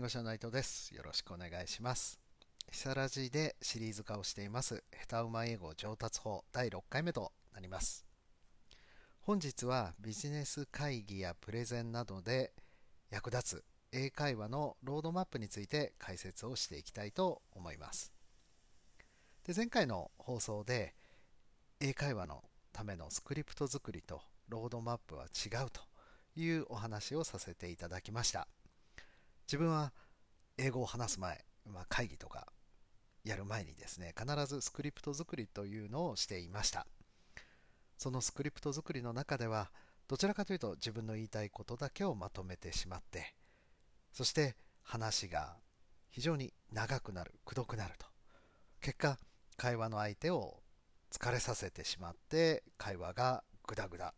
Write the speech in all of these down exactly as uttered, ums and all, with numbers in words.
場所内藤です。よろしくお願いします。ひさらじでシリーズ化をしています。下手馬英語上達法だいろっかいめとなります。本日はビジネス会議やプレゼンなどで役立つ英会話のロードマップについて解説をしていきたいと思います。で、前回の放送で英会話のためのスクリプト作りとロードマップは違うというお話をさせていただきました。自分は英語を話す前、まあ、会議とかやる前にですね、必ずスクリプト作りというのをしていました。そのスクリプト作りの中では、どちらかというと自分の言いたいことだけをまとめてしまって、そして話が非常に長くなる、くどくなると。結果、会話の相手を疲れさせてしまって、会話がグダグダ、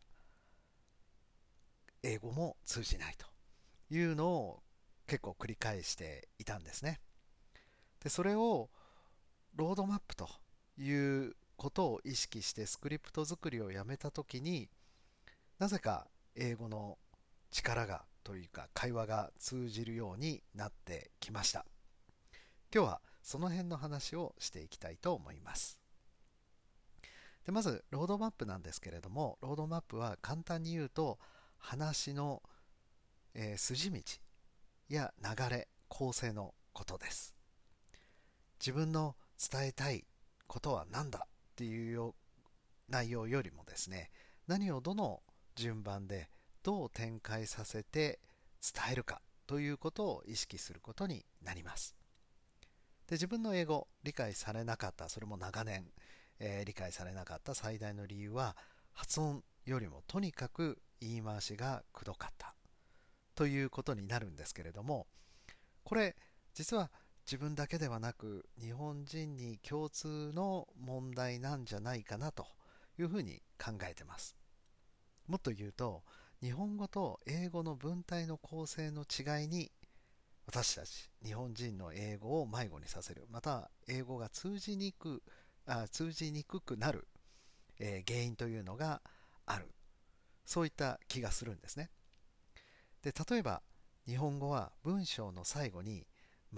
英語も通じないというのを結構繰り返していたんですね。で、それをロードマップということを意識してスクリプト作りをやめたときに、なぜか英語の力がというか会話が通じるようになってきました。今日はその辺の話をしていきたいと思います。で、まずロードマップなんですけれども、ロードマップは簡単に言うと話の、えー筋道や流れ、構成のことです。自分の伝えたいことは何だっていうよ内容よりもですね、何をどの順番でどう展開させて伝えるかということを意識することになります。で、自分の英語理解されなかった、それも長年、えー理解されなかった最大の理由は、発音よりもとにかく言い回しがくどかったということになるんですけれども、これ実は自分だけではなく日本人に共通の問題なんじゃないかなというふうに考えてます。もっと言うと、日本語と英語の文体の構成の違いに私たち日本人の英語を迷子にさせる、または英語が通じにくあ通じにくくなる、えー原因というのがある、そういった気がするんですね。で、例えば日本語は文章の最後に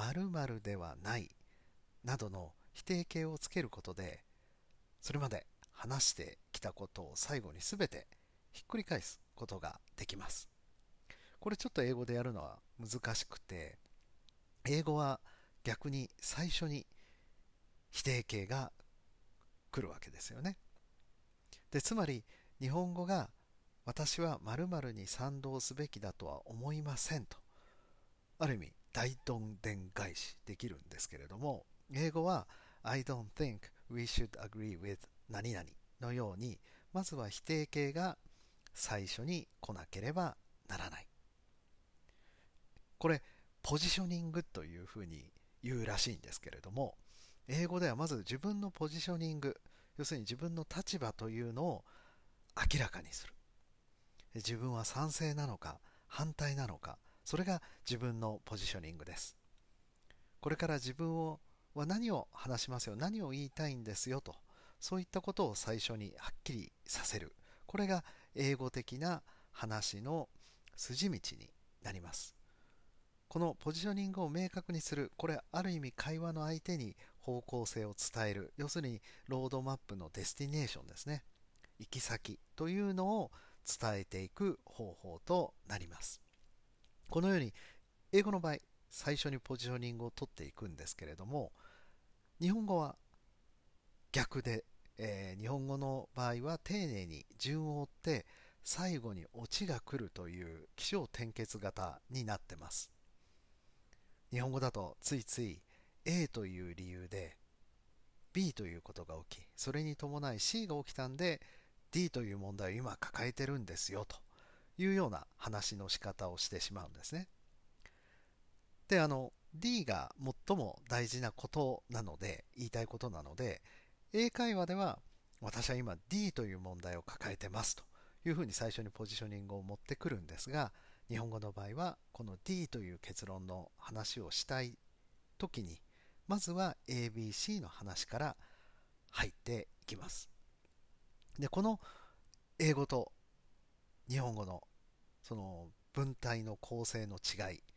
〇〇ではないなどの否定形をつけることで、それまで話してきたことを最後に全てひっくり返すことができます。これちょっと英語でやるのは難しくて、英語は逆に最初に否定形が来るわけですよね。で、つまり日本語が私は〇〇に賛同すべきだとは思いませんと、ある意味大どんでん返しできるんですけれども、英語は I don't think we should agree with 何々のように、まずは否定形が最初に来なければならない。これポジショニングというふうに言うらしいんですけれども、英語ではまず自分のポジショニング、要するに自分の立場というのを明らかにする。自分は賛成なのか反対なのか、それが自分のポジショニングです。これから自分をは何を話しますよ、何を言いたいんですよと、そういったことを最初にはっきりさせる。これが英語的な話の筋道になります。このポジショニングを明確にする、これある意味会話の相手に方向性を伝える、要するにロードマップのデスティネーションですね、行き先というのを伝えていく方法となります。このように英語の場合、最初にポジショニングを取っていくんですけれども、日本語は逆で、えー日本語の場合は丁寧に順を追って最後にオチが来るという起承転結型になってます。日本語だとついつい A という理由で B ということが起き、それに伴い C が起きたんで D という問題を今抱えてるんですよというような話の仕方をしてしまうんですね。で、あの D が最も大事なことなので、言いたいことなので、英会話では私は今 D という問題を抱えてますというふうに最初にポジショニングを持ってくるんですが、日本語の場合はこの D という結論の話をしたい時に、まずは エービーシー の話から入っていきます。で、この英語と日本語のその文体の構成の違い、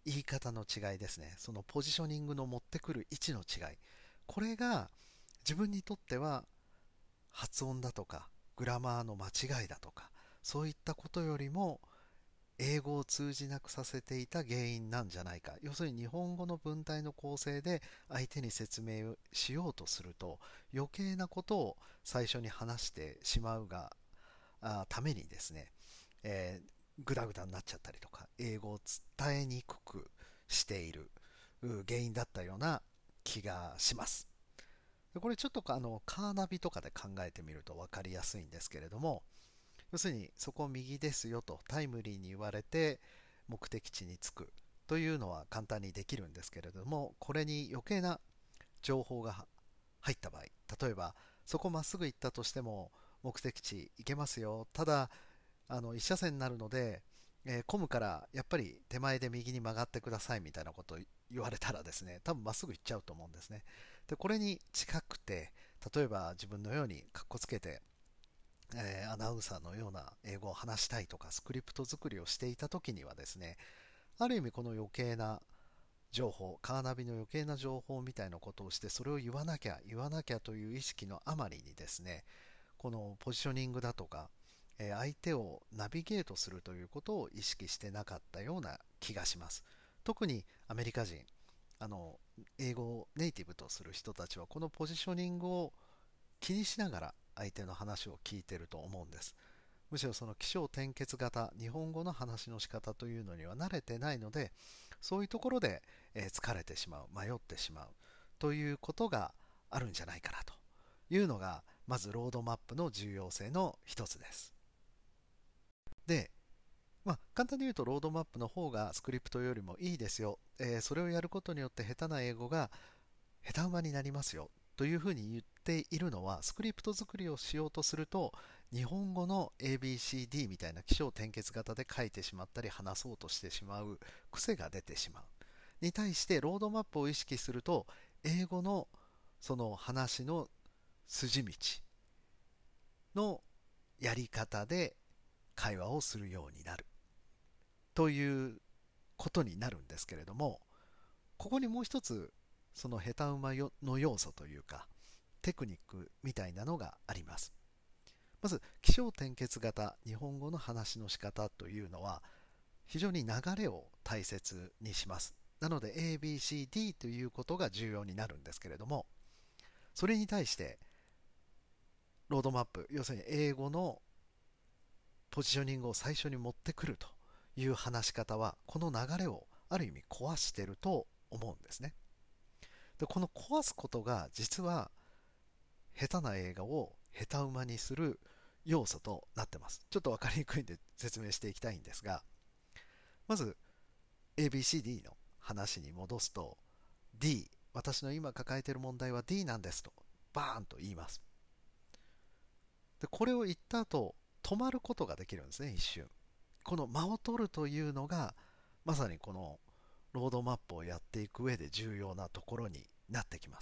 言い方の違いですね。そのポジショニングの持ってくる位置の違い。これが自分にとっては発音だとかグラマーの間違いだとかそういったことよりも英語を通じなくさせていた原因なんじゃないか。要するに日本語の文体の構成で相手に説明をしようとすると余計なことを最初に話してしまうがあためにですね、えーグダグダになっちゃったりとか英語を伝えにくくしている原因だったような気がします。でこれちょっとあのカーナビとかで考えてみると分かりやすいんですけれども、要するにそこ右ですよとタイムリーに言われて目的地に着くというのは簡単にできるんですけれども、これに余計な情報が入った場合、例えばそこまっすぐ行ったとしても目的地行けますよ、ただあの一車線になるので、えー混むからやっぱり手前で右に曲がってくださいみたいなことを言われたらですね、多分まっすぐ行っちゃうと思うんですね。でこれに近くて、例えば自分のようにかっこつけて、えーアナウンサーのような英語を話したいとかスクリプト作りをしていた時にはですね、ある意味この余計な情報、カーナビの余計な情報みたいなことをしてそれを言わなきゃ言わなきゃという意識のあまりにですね、このポジショニングだとか、えー相手をナビゲートするということを意識してなかったような気がします。特にアメリカ人、あの英語をネイティブとする人たちはこのポジショニングを気にしながら相手の話を聞いてると思うんです。むしろその起承転結型、日本語の話の仕方というのには慣れてないので、そういうところで、えー疲れてしまう、迷ってしまうということがあるんじゃないかなというのが、まずロードマップの重要性の一つです。で、まあ、簡単に言うとロードマップの方がスクリプトよりもいいですよ、えーそれをやることによって下手な英語が下手馬になりますよというふうに言っているのは、スクリプト作りをしようとすると日本語の エービーシーディー みたいな起承転結型で書いてしまったり話そうとしてしまう癖が出てしまうに対して、ロードマップを意識すると英語のその話の筋道のやり方で会話をするようになるということになるんですけれども、ここにもう一つその下手馬の要素というかテクニックみたいなのがあります。まず起承転結型日本語の話の仕方というのは非常に流れを大切にします。なので エービーシーディー ということが重要になるんですけれども、それに対してロードマップ、要するに英語のポジショニングを最初に持ってくるという話し方はこの流れをある意味壊してると思うんですね。でこの壊すことが実は下手な映画を下手馬にする要素となってます。ちょっと分かりにくいんで説明していきたいんですが、まず エービーシーディー の話に戻すと、 D、 私の今抱えている問題は ディー なんですとバーンと言います。でこれを言った後止まることができるんですね、一瞬。この間を取るというのがまさにこのロードマップをやっていく上で重要なところになってきます。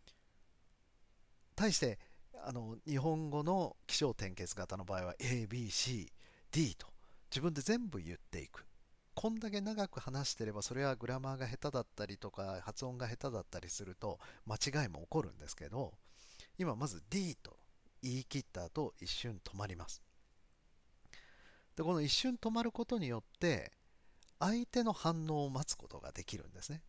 対してあの日本語の起承転結型の場合は エービーシーディー と自分で全部言っていく。こんだけ長く話してればそれはグラマーが下手だったりとか発音が下手だったりすると間違いも起こるんですけど、今まず ディー と言い切った後一瞬止まります。でこの一瞬止まることによって相手の反応を待つことができるんですね。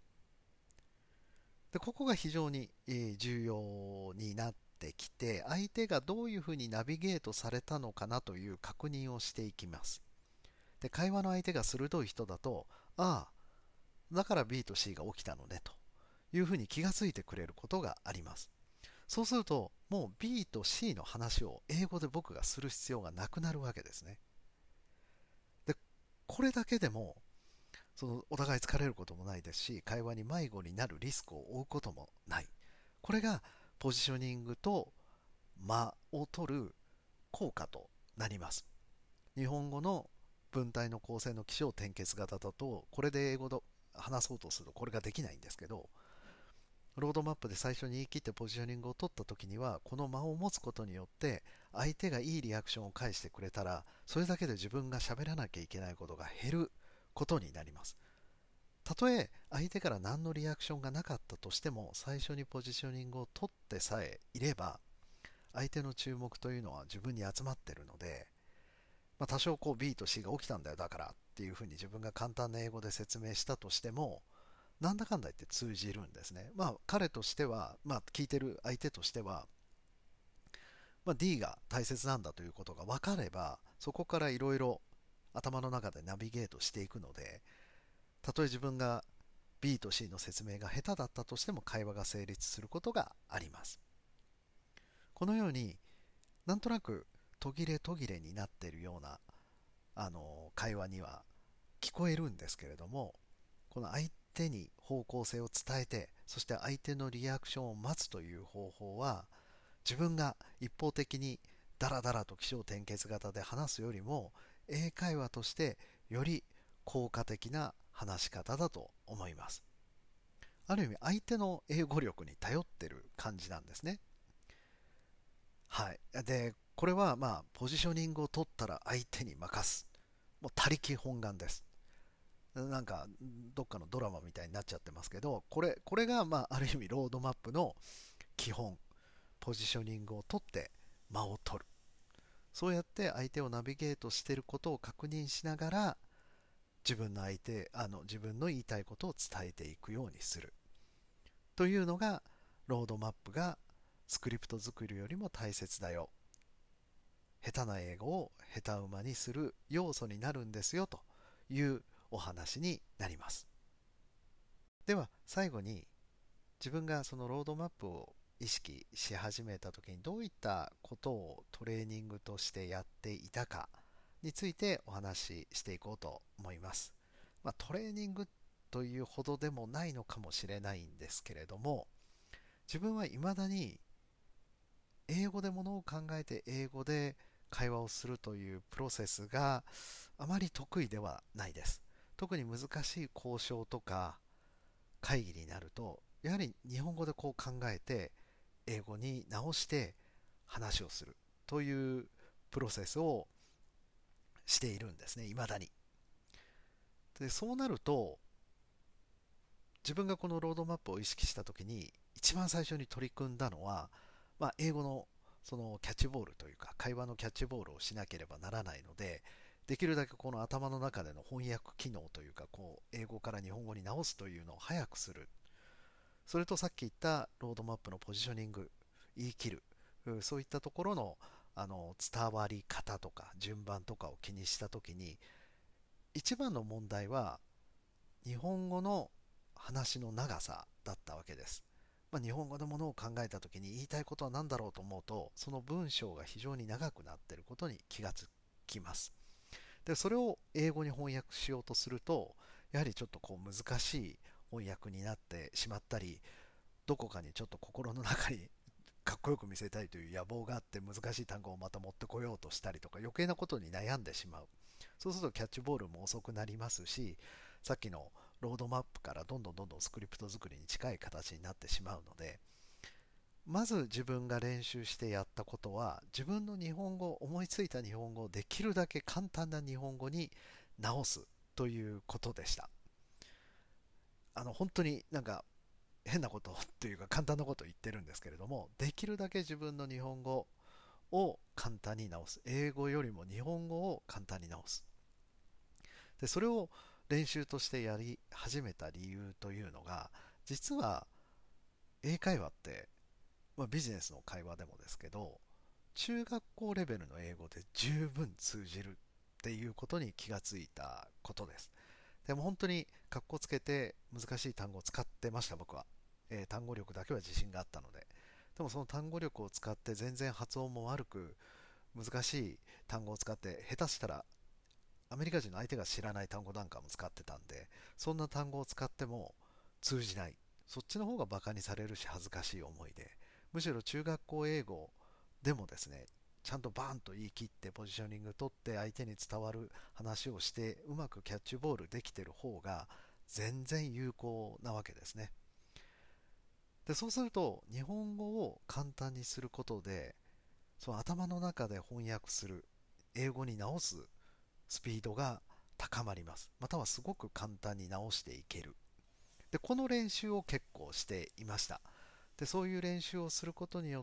でここが非常に重要になってきて、相手がどういうふうにナビゲートされたのかなという確認をしていきます。で会話の相手が鋭い人だと、ああだから ビー と シー が起きたのねというふうに気がついてくれることがあります。そうするともう ビー と シー の話を英語で僕がする必要がなくなるわけですね。でこれだけでもそのお互い疲れることもないですし、会話に迷子になるリスクを負うこともない。これがポジショニングと間を取る効果となります。日本語の文体の構成の起承転結型だとこれで英語で話そうとするとこれができないんですけど、ロードマップで最初に言い切ってポジショニングを取った時にはこの間を持つことによって相手がいいリアクションを返してくれたらそれだけで自分が喋らなきゃいけないことが減ることになります。 たとえ相手から何のリアクションがなかったとしても、最初にポジショニングを取ってさえいれば、相手の注目というのは自分に集まってるので、まあ、多少こう ビー と シー が起きたんだよだからっていうふうに自分が簡単な英語で説明したとしても、なんだかんだ言って通じるんですね。まあ彼としては、まあ聞いてる相手としては、まあ、D が大切なんだということが分かれば、そこからいろいろ頭の中でナビゲートしていくので、たとえ自分が ビー と シー の説明が下手だったとしても会話が成立することがあります。このようになんとなく途切れ途切れになっているようなあの会話には聞こえるんですけれども、この相手に方向性を伝えて、そして相手のリアクションを待つという方法は、自分が一方的にダラダラと起承転結型で話すよりも、英会話としてより効果的な話し方だと思います。ある意味相手の英語力に頼ってる感じなんですね。はい。で、これはまあ、ポジショニングを取ったら相手に任す。もう他力本願です。なんか、どっかのドラマみたいになっちゃってますけど、これ、これがまあ、ある意味ロードマップの基本。ポジショニングを取って間を取る。そうやって相手をナビゲートしていることを確認しながら、自分の相手、あの、自分の言いたいことを伝えていくようにする。というのが、ロードマップがスクリプト作りよりも大切だよ。下手な英語を下手馬にする要素になるんですよというお話になります。では最後に、自分がそのロードマップを意識し始めた時にどういったことをトレーニングとしてやっていたかについてお話ししていこうと思います。まあ、トレーニングというほどでもないのかもしれないんですけれども、自分は未だに英語でものを考えて英語で会話をするというプロセスがあまり得意ではないです。特に難しい交渉とか会議になると、やはり日本語でこう考えて英語に直して話をするというプロセスをしているんですね、未だに。で、そうなると、自分がこのロードマップを意識したときに、一番最初に取り組んだのは、まあ、英語のそのキャッチボールというか、会話のキャッチボールをしなければならないので、できるだけこの頭の中での翻訳機能というか、こう、英語から日本語に直すというのを早くする。それとさっき言ったロードマップのポジショニング、言い切る。そういったところの、あの伝わり方とか順番とかを気にしたときに、一番の問題は日本語の話の長さだったわけです。まあ、日本語のものを考えたときに言いたいことは何だろうと思うと、その文章が非常に長くなっていることに気がつきます。で、それを英語に翻訳しようとすると、やはりちょっとこう難しい翻訳になってしまったり、どこかにちょっと心の中にかっこよく見せたいという野望があって難しい単語をまた持ってこようとしたりとか余計なことに悩んでしまう。そうするとキャッチボールも遅くなりますし、さっきのロードマップからどんどんどんどんスクリプト作りに近い形になってしまうので、まず自分が練習してやったことは、自分の日本語、思いついた日本語をできるだけ簡単な日本語に直すということでした。あの本当になんか変なことっていうか簡単なことを言ってるんですけれども、できるだけ自分の日本語を簡単に直す。英語よりも日本語を簡単に直す。で、それを練習としてやり始めた理由というのが、実は英会話って、まあ、ビジネスの会話でもですけど、中学校レベルの英語で十分通じるっていうことに気がついたことです。でも本当にカッコつけて難しい単語を使ってました、僕は。えー単語力だけは自信があったので。でもその単語力を使って全然発音も悪く、難しい単語を使って、下手したらアメリカ人の相手が知らない単語なんかも使ってたんで、そんな単語を使っても通じない。そっちの方がバカにされるし恥ずかしい思いで、むしろ中学校英語でもですね、ちゃんとバーンと言い切ってポジショニング取って相手に伝わる話をしてうまくキャッチボールできてる方が全然有効なわけですね。で、そうすると日本語を簡単にすることで、その頭の中で翻訳する、英語に直すスピードが高まります。またはすごく簡単に直していける。で、この練習を結構していました。で、そういう練習をすることによって、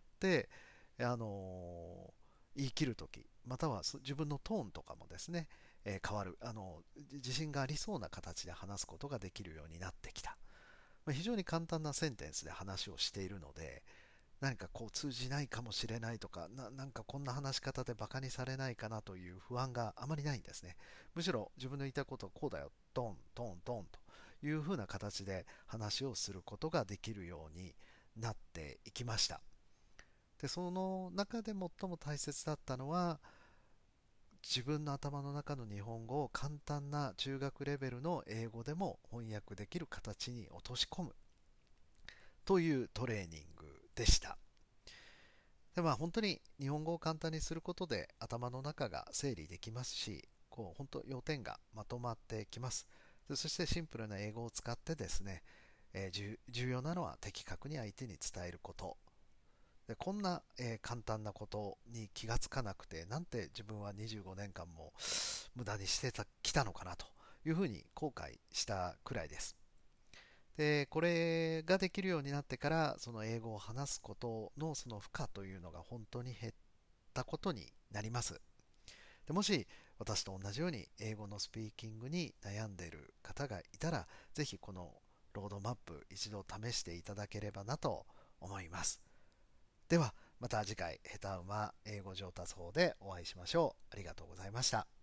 あのー言い切るとき、または自分のトーンとかもですね、えー変わる、あの自信がありそうな形で話すことができるようになってきた。まあ、非常に簡単なセンテンスで話をしているので、何かこう通じないかもしれないとか、な、なんかこんな話し方でバカにされないかなという不安があまりないんですね。むしろ自分の言いたいことをこうだよ、トン、トン、トンというふうな形で話をすることができるようになっていきました。で、その中で最も大切だったのは、自分の頭の中の日本語を簡単な中学レベルの英語でも翻訳できる形に落とし込むというトレーニングでした。で、まあ本当に日本語を簡単にすることで頭の中が整理できますし、こう本当要点がまとまってきます。で、そしてシンプルな英語を使ってですね、えー重要なのは的確に相手に伝えること。で、こんな、えー簡単なことに気がつかなくて、なんて自分はにじゅうごねんかんも無駄にしてたきたのかなというふうに後悔したくらいです。で、これができるようになってから、その英語を話すことのその負荷というのが本当に減ったことになります。で、もし私と同じように英語のスピーキングに悩んでいる方がいたら、ぜひこのロードマップ一度試していただければなと思います。では、また次回、下手馬英語上達法でお会いしましょう。ありがとうございました。